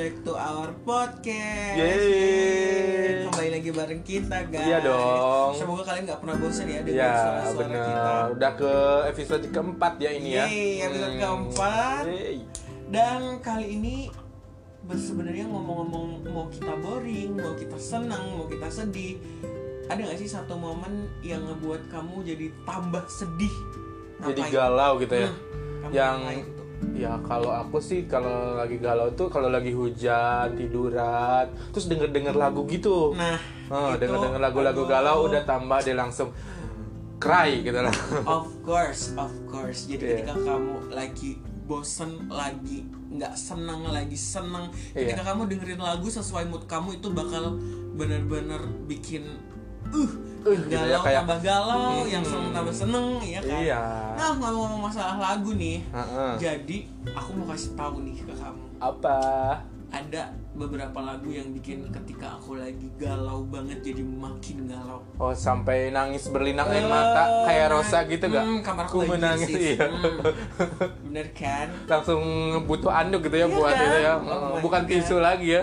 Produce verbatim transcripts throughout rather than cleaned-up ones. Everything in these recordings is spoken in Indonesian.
back to our podcast. Yeay. Kembali lagi bareng kita, guys. Iya dong. Semoga kalian gak pernah bosan ya dengan Iya suara-suara bener. kita. Udah ke episode keempat ya ini ya. Yeay, episode Hmm. keempat. Yeay. Dan kali ini sebenarnya ngomong-ngomong, mau kita boring, mau kita senang, mau kita sedih, ada gak sih satu momen yang ngebuat kamu jadi tambah sedih? Jadi Ngapain? galau gitu ya. Hmm, kamu Yang ngapain tuh? ya kalau aku sih kalau lagi galau tuh kalau lagi hujan, tiduran, terus denger-denger lagu gitu. Nah, Oh, itu, denger-denger lagu-lagu aduh. galau udah tambah dia langsung cry gitu lah. Of course, of course. Jadi Yeah. ketika kamu lagi bosen, lagi nggak senang, lagi senang, ketika Yeah. kamu dengerin lagu sesuai mood kamu, itu bakal benar-benar bikin uh, Uh, gitu ya, galau kayak- tambah galau, Hmm. yang seneng tambah seneng, ya kan? Iya. Nah, ngomong-ngomong masalah lagu nih, Heeh. jadi aku mau kasih tahu nih ke kamu, Apa? ada beberapa lagu yang bikin ketika aku lagi galau banget jadi makin galau. Oh, sampai nangis berlinang air mata kayak Rosa gitu gak? Hmm, kamar Ku aku lagi menangis, bersih. iya. Hmm. Bener kan? Langsung butuh anduk gitu ya Iya buat kan? itu ya. Oh my Bukan God. tisu lagi ya.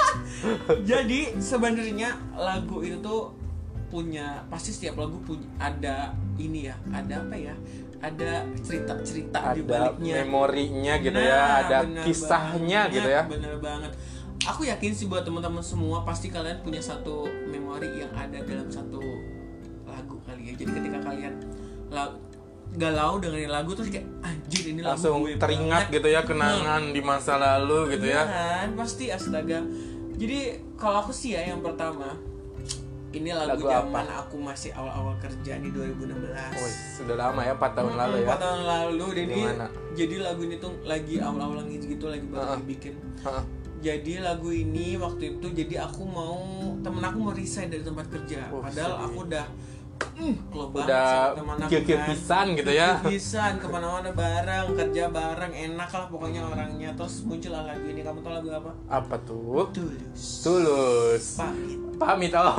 Jadi sebenarnya lagu itu tuh punya, pasti setiap lagu punya ada ini ya, ada apa ya? Ada cerita-cerita di Ada baliknya. memorinya gitu Nah, ya, ada bener kisahnya banget, gitu ya. Bener banget. Aku yakin sih buat teman-teman semua pasti kalian punya satu memori yang ada dalam satu lagu kali ya. Jadi ketika kalian la- galau dengerin lagu terus kayak anjir ini lagu Langsung gue teringat banget. gitu ya kenangan di masa lalu gitu Iya ya. kan, pasti astaga. Jadi kalau aku sih ya yang pertama, ini lagu, Lagu zaman apa? aku masih awal-awal kerja di dua ribu enam belas. Oh, sudah lama ya, empat tahun lalu ya. empat tahun lalu. Jadi Gimana? jadi lagu ini tuh lagi awal-awal gitu-gitu lagi baru Uh-uh. dibikin. Heeh. Jadi lagu ini waktu itu jadi aku mau, temen aku mau resign dari tempat kerja. Oh, Padahal sedih. aku udah mm, klop banget Udah sama teman aku kir-kir kan. pisan gitu ya. Pisan, kemana-mana bareng, kerja bareng, enak lah pokoknya orangnya. Terus muncullah lagu ini. Kamu tahu lagu apa? Apa tuh? Tulus. Tulus. Pamit. Pamit. Oh.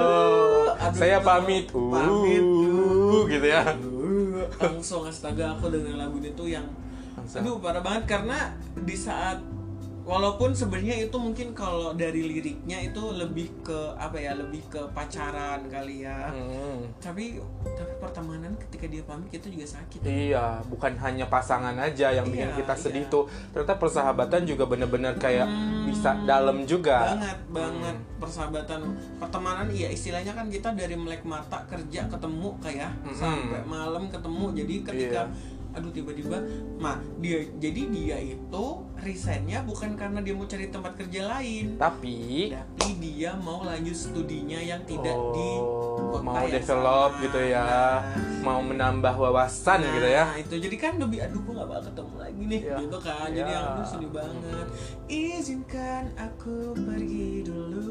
Aduh, Saya itu. pamit. Uh, Pamit. gitu ya. Uh, langsung astaga aku dengerin lagu itu yang Langsung. aduh parah banget, karena di saat walaupun sebenarnya itu mungkin kalau dari liriknya itu lebih ke apa ya, lebih ke pacaran kali ya. Hmm. Tapi tapi pertemanan ketika dia pamit itu juga sakit. Iya, bukan hanya pasangan aja yang bikin Iya, kita sedih iya. tuh. Ternyata persahabatan juga bener-bener kayak Hmm, bisa dalam juga. Banget, banget persahabatan, pertemanan iya istilahnya kan kita dari melek mata kerja ketemu kayak Mm-mm. sampai malam ketemu. Jadi ketika Iya. aduh tiba-tiba, mah dia jadi dia itu resignnya bukan karena dia mau cari tempat kerja lain, Tapi tapi dia mau lanjut studinya yang tidak di oh, kota mau yang develop sama. gitu ya, Nah, mau menambah wawasan nah, gitu ya. itu jadi kan lebih aduh gue gak bakal ketemu lagi nih Iya. gitu kan. Jadi Iya. aku sedih banget. Izinkan aku pergi dulu.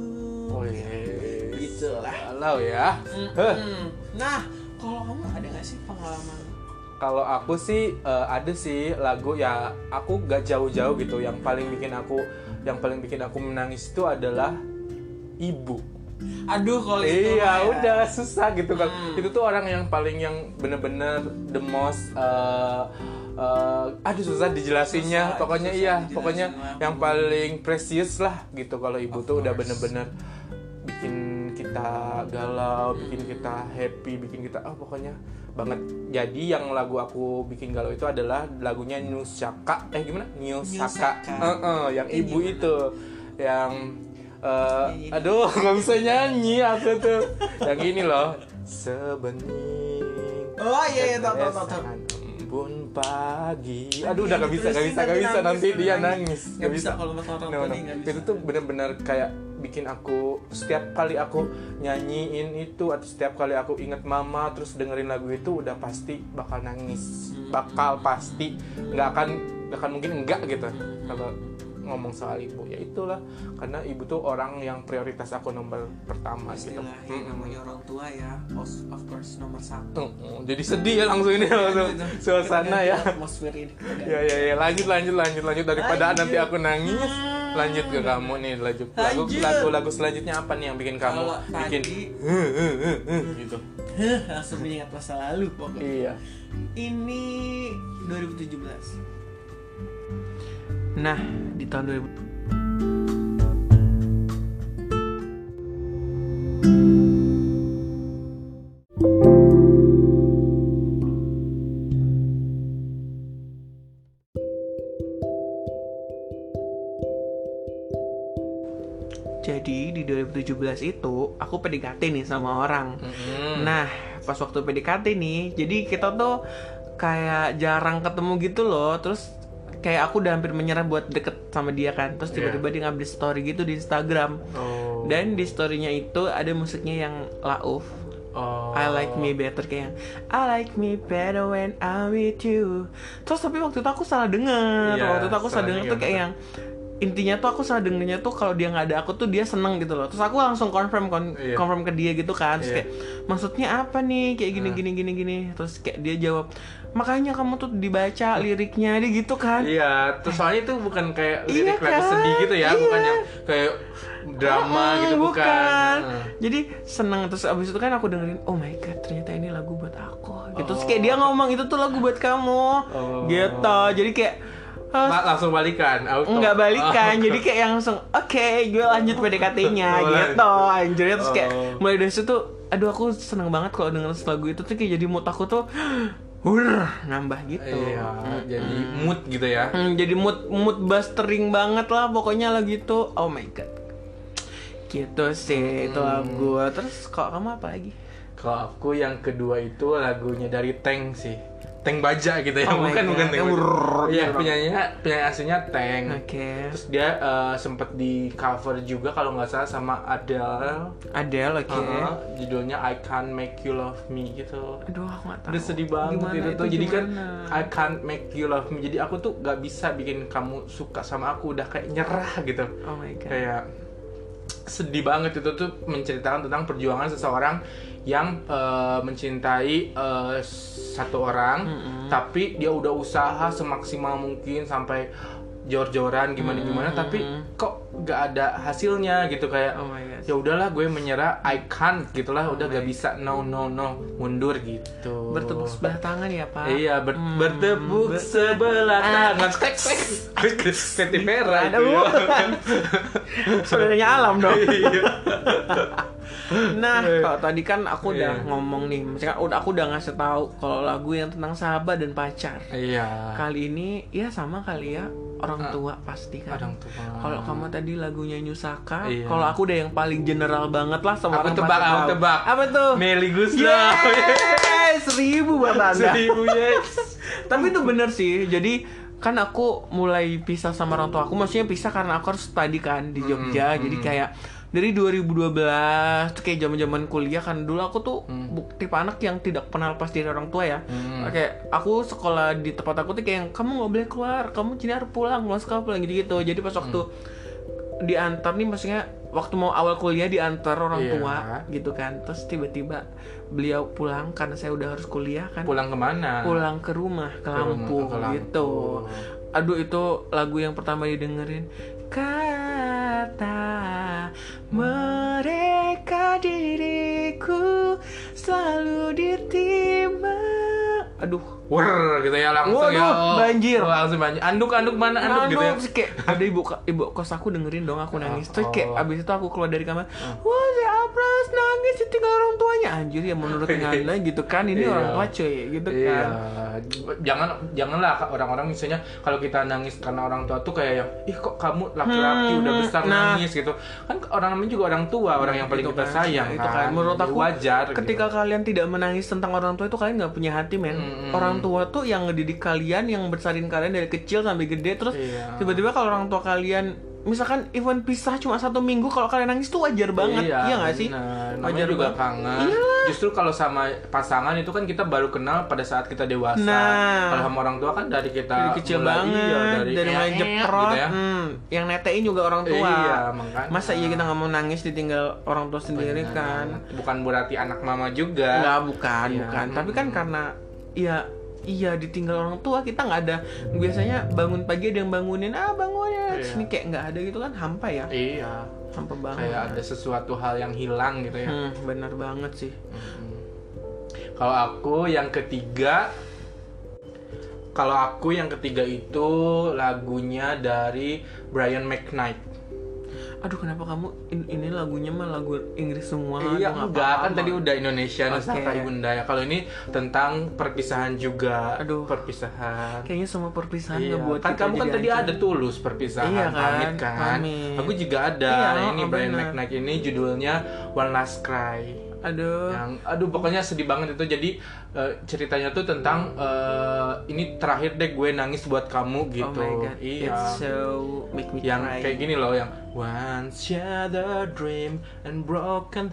Wih, Gitulah. galau ya. Heh. Mm-mm. Nah, kalau kamu ada gak sih pengalaman? Kalau aku sih eh, ada sih lagu ya, aku gak jauh-jauh gitu. Yang paling bikin aku, yang paling bikin aku menangis itu adalah Ibu. Aduh kalau itu Iya, mah ya. udah susah gitu kan. Hmm. Itu tuh orang yang paling yang bener-bener the most uh, uh, aduh susah dijelasinnya. Susah, pokoknya susah iya, dijelasin pokoknya lah. yang paling precious lah gitu. Kalau ibu Of tuh udah course. bener-bener bikin kita galau, bikin kita happy, bikin kita oh pokoknya banget. Jadi yang lagu aku bikin galau itu adalah lagunya Nusaka. Eh gimana? Nusaka. Nusaka. Heeh, yang Kayak ibu gimana? itu yang eh, Nyanyi. aduh nggak bisa nyanyi aku tuh. Yang ini loh. Sebening. Oh iya iya tahu tahu tahu. tahu. keesokan embun pagi. Aduh Iya, udah gak bisa, gak diterusin, bisa, gak nanti bisa. nangis, Nanti dia nangis. nangis. Nggak bisa kalau masalah orang No, tua no. nih, nggak bisa. Itu tuh bener-bener kayak bikin aku setiap kali aku nyanyiin itu atau setiap kali aku inget mama terus dengerin lagu itu udah pasti bakal nangis, Hmm. bakal pasti nggak akan nggak akan mungkin enggak gitu kalau ngomong soal ibu. Ya itulah, karena ibu tuh orang yang prioritas aku nomor pertama gitu. Istilah yang namanya orang tua ya, of of course nomor satu. Mm-mm. Jadi sedih ya langsung ini langsung suasana ya. Atmosfer ini. Ya ya ya lanjut lanjut lanjut lanjut daripada Lanjut. nanti aku nangis. Lanjut ke kamu nih, lanjut lagu Lanjut. lagu lagu selanjutnya apa nih yang bikin kamu Kalau bikin tadi- gitu. langsung mengingat masa lalu pokoknya. Iya. Ini dua ribu tujuh belas. Nah, di tahun dua ribu Jadi di dua ribu tujuh belas itu aku P D K T nih sama orang. Mm-hmm. Nah pas waktu P D K T nih, jadi kita tuh kayak jarang ketemu gitu loh. Terus kayak aku udah hampir menyerah buat deket sama dia kan. Terus tiba-tiba dia ngambil story gitu di Instagram. Oh. Dan di storynya itu ada musiknya yang Lauf. Oh. I like me better, kayak yang I like me better when I'm with you. Terus tapi waktu itu aku salah denger. Iya, Waktu itu aku salah denger tuh kayak yang intinya tuh aku salah dengernya tuh kalau dia nggak ada aku tuh dia seneng gitu loh. Terus aku langsung confirm kon- Iya. confirm ke dia gitu kan. Terus Iya. kayak maksudnya apa nih kayak gini Nah. gini gini gini. Terus kayak dia jawab makanya kamu tuh dibaca liriknya dia gitu kan. Iya, terus soalnya itu bukan kayak Iya lirik lagu kan? sedih gitu ya, Iya. bukan yang kayak drama Mm, gitu bukan. Heeh. Jadi seneng. Terus abis itu kan aku dengerin, oh my god ternyata ini lagu buat aku gitu. Terus kayak dia ngomong itu tuh lagu buat kamu. Oh. Gitu. Jadi kayak ah, Ma- langsung balikan, auto. nggak balikan. Oh. Jadi kayak yang langsung oke gue lanjut P D K T-nya Oh, gitu anjir. Terus kayak Oh. mulai dari situ aduh aku seneng banget kalau denger lagu itu tuh kayak jadi mood aku tuh hur nambah gitu. Iya, jadi mood gitu ya. Hmm, jadi mood mood bustering banget lah pokoknya lagu itu. Oh my god. Gitu sih itu lagu. Terus kok kamu apa lagi? Kalau aku yang kedua itu lagunya dari Tank sih. Tank Baja gitu ya, Oh my bukan God. bukan Tank Yang Baja. brrrr Iya, gitu. penyanyinya penyanyi aslinya Tank. Oke. Terus dia eh, sempet di cover juga kalau nggak salah sama Adele. Adele oke. Uh-huh. Judulnya I Can't Make You Love Me gitu. Aduh aku gak tahu. Udah sedih banget Gimana itu tuh. Jadi kan gimana? I can't make you love me. Jadi aku tuh gak bisa bikin kamu suka sama aku. Udah kayak nyerah gitu. Oh my god. Kayak sedih banget itu tuh menceritakan tentang perjuangan seseorang yang uh, mencintai uh, satu orang, Mm-mm. tapi dia udah usaha semaksimal mungkin sampai jor-joran gimana-gimana, Mm-mm. tapi kok gak ada hasilnya gitu. Kayak Oh my god. ya udahlah gue menyerah, I can't gitulah, udah Oh gak my bisa, no no no, mundur gitu. Bertepuk sebelah tangan ya Pak. Iya, ber- Hmm. bertepuk Ber- sebelah Ah. tangan. Peti merah itu. Aduh. Ya. Saudaranya Alam dong. Iya. Nah, kalau tadi kan aku udah Iya. ngomong nih, maksudnya udah aku udah ngasih tahu kalau lagu yang tentang sahabat dan pacar. Iya. Kali ini ya sama kali ya, orang Ah. tua pasti kan. Orang tua. Kalau kamu tadi lagunya Nyusaka, Iya. kalau aku udah yang paling general banget lah sama Aku orang tebak, pasti aku tahu. tebak. Apa tuh? Meli Guslau. Yes, seribu buat Anda. Seribu yes. Tapi itu bener sih. Jadi kan aku mulai pisah sama orang tua aku, maksudnya pisah karena aku harus study kan di Jogja. Hmm, Jadi hmm. kayak dari dua ribu dua belas tuh kayak zaman-zaman kuliah kan, dulu aku tuh Hmm. bu- tipe anak yang tidak pernah lepas dari orang tua ya. Hmm. Kayak aku sekolah di tempat aku tuh kayak yang, kamu nggak boleh keluar, kamu sini harus pulang, pulang sekolah pulang gitu-gitu. Jadi pas waktu diantar nih, maksudnya waktu mau awal kuliah diantar orang Iya. tua gitu kan. Terus tiba-tiba beliau pulang karena saya udah harus kuliah kan. Pulang kemana? Pulang ke rumah ke Ke rumah, Lampung ke Lampung. gitu. Aduh itu lagu yang pertama didengerin. Kata mereka diriku selalu ditimbang. Aduh, Wur gitu ya langsung Waduh, ya. Oh. banjir. Oh, langsung banjir. Anduk-anduk mana anduk gitu ya. terus kayak ada ibu ibu kos aku dengerin dong aku nangis. Terus kayak Oh. abis itu aku keluar dari kamar. Wah si Apras nangis ditinggal orang tuanya. Anjir ya menurut Ngana gitu kan. Ini Iya. orang tua cuy gitu Iya, kan. jangan janganlah orang-orang misalnya kalau kita nangis karena orang tua tuh kayak yang ih kok kamu laki-laki Hmm, udah besar nah. nangis gitu. Kan orang namanya juga orang tua, orang yang paling Itu kita kan, sayang itu kan. kan. Menurut Jadi aku wajar ketika gitu. kalian tidak menangis tentang orang tua itu kalian nggak punya hati men. Mm-mm. Orang tua tuh yang ngedidik kalian, yang besarin kalian dari kecil sampai gede. Terus Iya. tiba-tiba kalau orang tua kalian misalkan even pisah cuma satu minggu, kalau kalian nangis tuh wajar banget. Iya, Iya, nggak sih? benar. Namanya Wajar juga banget. kangen. Iyalah. Justru kalau sama pasangan itu kan kita baru kenal pada saat kita dewasa. Nah. Kalau sama orang tua kan dari kita Dari kecil mulai, banget, iya, dari, dari mulai eek jeprot, gitu ya. hmm, yang netein juga orang tua. Iya, makanya. Masa iya kita nggak mau nangis ditinggal orang tua sendiri Benar. kan? Bukan berarti anak mama juga. Enggak, bukan, Iya. bukan. Tapi kan Mm-mm. karena iya iya ditinggal orang tua, kita nggak ada biasanya bangun pagi ada yang bangunin, ah bangun ya. Iya. Sini kayak nggak ada gitu kan, hampa ya. Iya. Hampa banget. Kayak ada sesuatu hal yang hilang gitu ya. Hmm, benar banget sih. Mm-mm. Kalau aku yang ketiga, kalau aku yang ketiga itu lagunya dari Brian McKnight. aduh kenapa kamu in- ini lagunya mah lagu Inggris semua. Iya aduh, enggak, apa-apa. kan tadi udah Indonesia Oke. Nusantara Ibunda ya. Kalau ini tentang perpisahan juga. Aduh. Perpisahan. Kayaknya semua perpisahan Iya. ngebuat Kan kita kamu kan jadi tadi hancur. ada Tulus perpisahan, Iya kan, pamit kan. pamit. Aku juga ada. Iya, Ini oh, Brian bener. McKnight ini judulnya One Last Cry. Aduh. Yang aduh pokoknya sedih banget itu. Jadi eh, ceritanya tuh tentang eh, ini terakhir deh gue nangis buat kamu gitu. Oh my god. Iya. It's so make me Yang cry. kayak gini loh, yang one shattered dream and broken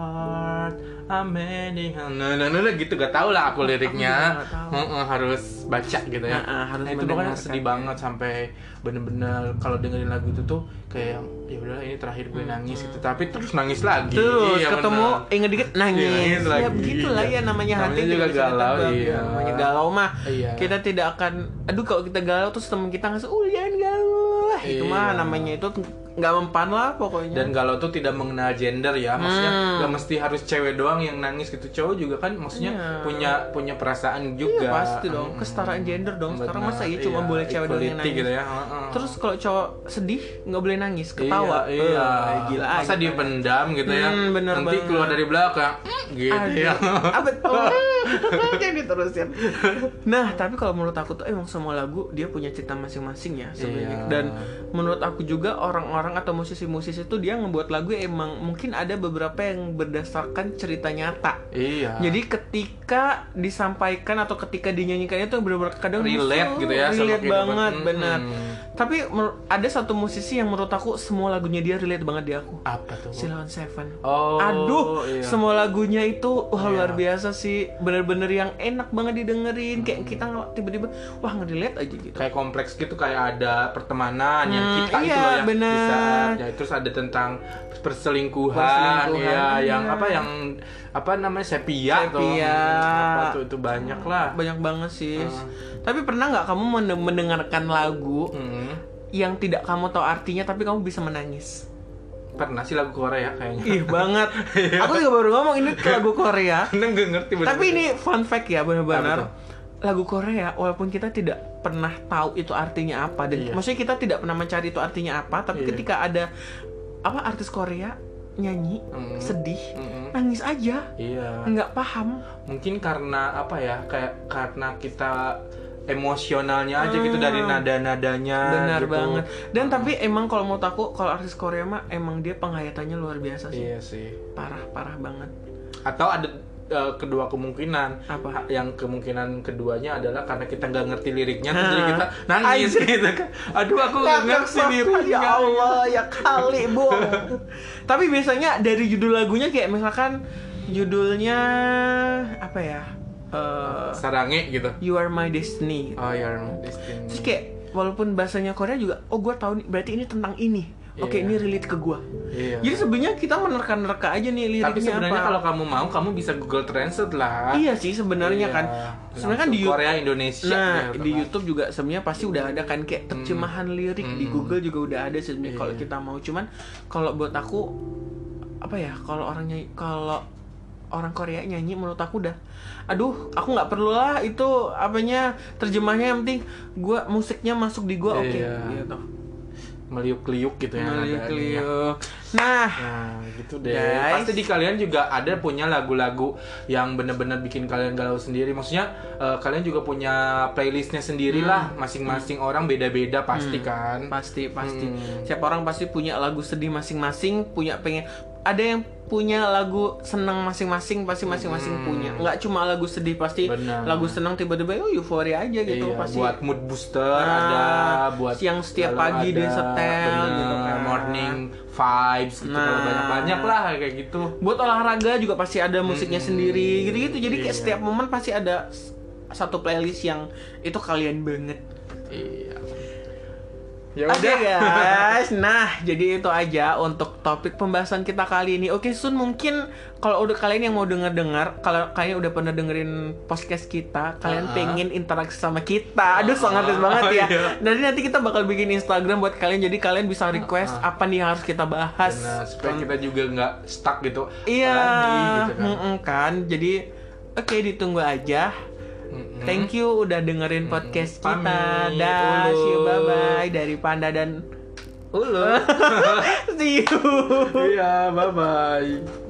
heart I'm mending. Nah, nah, nah, nah, gitu gak tau lah aku liriknya. Aku juga nggak tahu. Heeh, harus baca gitu ya. Nah, ah, harus Nah, itu pokoknya mendengarkan. sedih banget sampai bener-bener kalau dengerin lagu itu tuh kayak yang ya udahlah ini terakhir gue nangis gitu, tapi terus nangis lagi. Terus Iya, ketemu bener. inget dikit nangis. Iya, nangis Ya lagi. begitulah ya namanya hati Namanya tidak juga bisa galau, ditebak. iya. Ya, namanya galau mah. Iya. Kita tidak akan aduh kalau kita galau terus teman kita ngasih uh jangan galau. Itu mah Iya. namanya itu nggak mempan lah pokoknya. Dan galau tuh tidak mengenal gender ya, maksudnya Hmm. nggak mesti harus cewek doang yang nangis gitu, cowok juga kan maksudnya Iya. punya punya perasaan Iya juga. pasti dong, Mm-mm. kesetaraan gender dong. Sekarang Benar, masa iya cuma boleh cewek doang yang equality nangis. gitu ya. Heeh. Terus kalau cowok sedih nggak boleh nangis, ketawa. Iya, iya. Eh, gila Masa aja. dipendam gitu ya. Hmm, bener Nanti banget. keluar dari belakang "Mm," gitu Aduh, ya. apa tuh? Jangan diterusin. Nah, tapi kalau menurut aku tuh emang semua lagu dia punya cerita masing-masing ya sebenarnya. Iya. Dan menurut aku juga orang-orang atau musisi-musisi itu dia ngebuat lagu emang mungkin ada beberapa yang berdasarkan cerita nyata. Iya. Jadi ketika disampaikan atau ketika dinyanyikannya tuh benar-benar kadang Relate musuh, gitu ya sama relate kehidupan. banget, Mm-mm. benar. Tapi mer- ada satu musisi yang menurut aku semua lagunya dia relate banget di aku. Apa tuh? Silon Seven. Oh. Aduh, iya. semua lagunya itu wah Iya. luar biasa sih, bener-bener yang enak banget didengerin. Kayak kita nggak tiba-tiba wah nge-relate aja gitu. Kayak kompleks gitu, kayak ada pertemanan yang Hmm, kita iya, itu loh ya benar. di saat ya terus ada tentang perselingkuhan, Perselingkuhan, ya iya. yang apa yang apa namanya sepia, tuh Sepia. apa tuh itu banyak lah. Banyak banget sih. Hmm. Tapi pernah nggak kamu men- mendengarkan lagu Hmm. yang tidak kamu tahu artinya tapi kamu bisa menangis? Pernah sih lagu Korea kayaknya. Ih banget. Aku juga baru ngomong ini lagu Korea. Karena nggak ngerti bener. Tapi ini fun fact ya Apa benar-benar. tuh? Lagu Korea walaupun kita tidak pernah tahu itu artinya apa dan Iya. maksudnya kita tidak pernah mencari itu artinya apa, tapi Iya. ketika ada apa artis Korea nyanyi Mm. sedih Mm-mm. nangis aja Iya. nggak paham. Mungkin karena apa ya? Kayak karena kita emosionalnya aja gitu dari Hmm. nada-nadanya. Benar gitu. banget. Dan tapi emang kalau menurut aku kalau artis Korea mah emang dia penghayatannya luar biasa sih. Iya sih. Parah parah banget. Atau ada eh, kedua kemungkinan. Apa? Ha- Yang kemungkinan keduanya adalah karena kita nggak ngerti liriknya, terus Hah. jadi kita nangis gitu kan. Aduh, aku nggak ngerti liriknya. Ya Allah, ya kali, Bu. Tapi biasanya dari judul lagunya kayak misalkan judulnya apa ya? Eh, Sarange gitu. You Are My Destiny. Oh, You're My Destiny. Terus kayak walaupun bahasanya Korea juga, oh gue tahu nih, berarti ini tentang ini. Oke, Iya. ini relate ke gue. Iya. Jadi sebenarnya kita menerka-nerka aja nih liriknya Tapi sebenarnya apa. kalau kamu mau, kamu bisa Google Translate lah. Iya sih sebenarnya Iya. kan. Sebenarnya kan di Langsung YouTube. Korea Indonesia. Nah, gitu di kan. YouTube juga sebenarnya pasti udah ada kan kayak terjemahan lirik di Hmm. Google juga udah ada sebenarnya Iya. kalau kita mau. Cuman kalau buat aku apa ya? Kalau orang nyanyi kalau orang Korea nyanyi menurut aku udah aduh, aku nggak perlu lah itu apanya terjemahnya, yang penting gua musiknya masuk di gua oke Iya. gitu. Meliuk-liuk gitu ya. nadanya. Meliuk-liuk. Nah, Nah, gitu deh. Guys. Pasti di kalian juga ada punya lagu-lagu yang bener-bener bikin kalian galau sendiri. Maksudnya eh, kalian juga punya playlistnya sendiri lah. Masing-masing orang beda-beda pasti kan. pasti pasti Hmm. setiap orang pasti punya lagu sedih masing-masing, punya pengen ada yang punya lagu senang masing-masing, pasti masing-masing Hmm. punya. Nggak cuma lagu sedih, pasti Benar. lagu senang tiba-tiba oh euforia aja gitu Iya, pasti. buat mood booster Nah, ada, buat yang setiap lalu pagi ada, dia setel bener, gitu kan. morning vibes gitu. Kalau Nah. banyak-banyak lah kayak gitu. Buat olahraga juga pasti ada musiknya sendiri gitu-gitu. Jadi kayak Iya. setiap momen pasti ada s- satu playlist yang itu kalian banget. Iya. Ya Oke udah. guys, nah jadi itu aja untuk topik pembahasan kita kali ini. Oke Sun, mungkin kalau udah kalian yang mau denger-dengar, kalau kalian udah pernah dengerin podcast kita, kalian Uh-uh. pengen interaksi sama kita, aduh so ngerti banget Oh, ya. iya. Nanti nanti kita bakal bikin Instagram buat kalian, jadi kalian bisa request apa nih yang harus kita bahas. Nah, supaya kita juga nggak stuck gitu. Iya, Apalagi gitu kan. mm-mm kan. Jadi oke ditunggu aja. Mm-mm. Thank you udah dengerin podcast kita. Pamit, Dah, see you, ulus. bye bye dari Panda dan Ulu. See you. Iya, bye bye.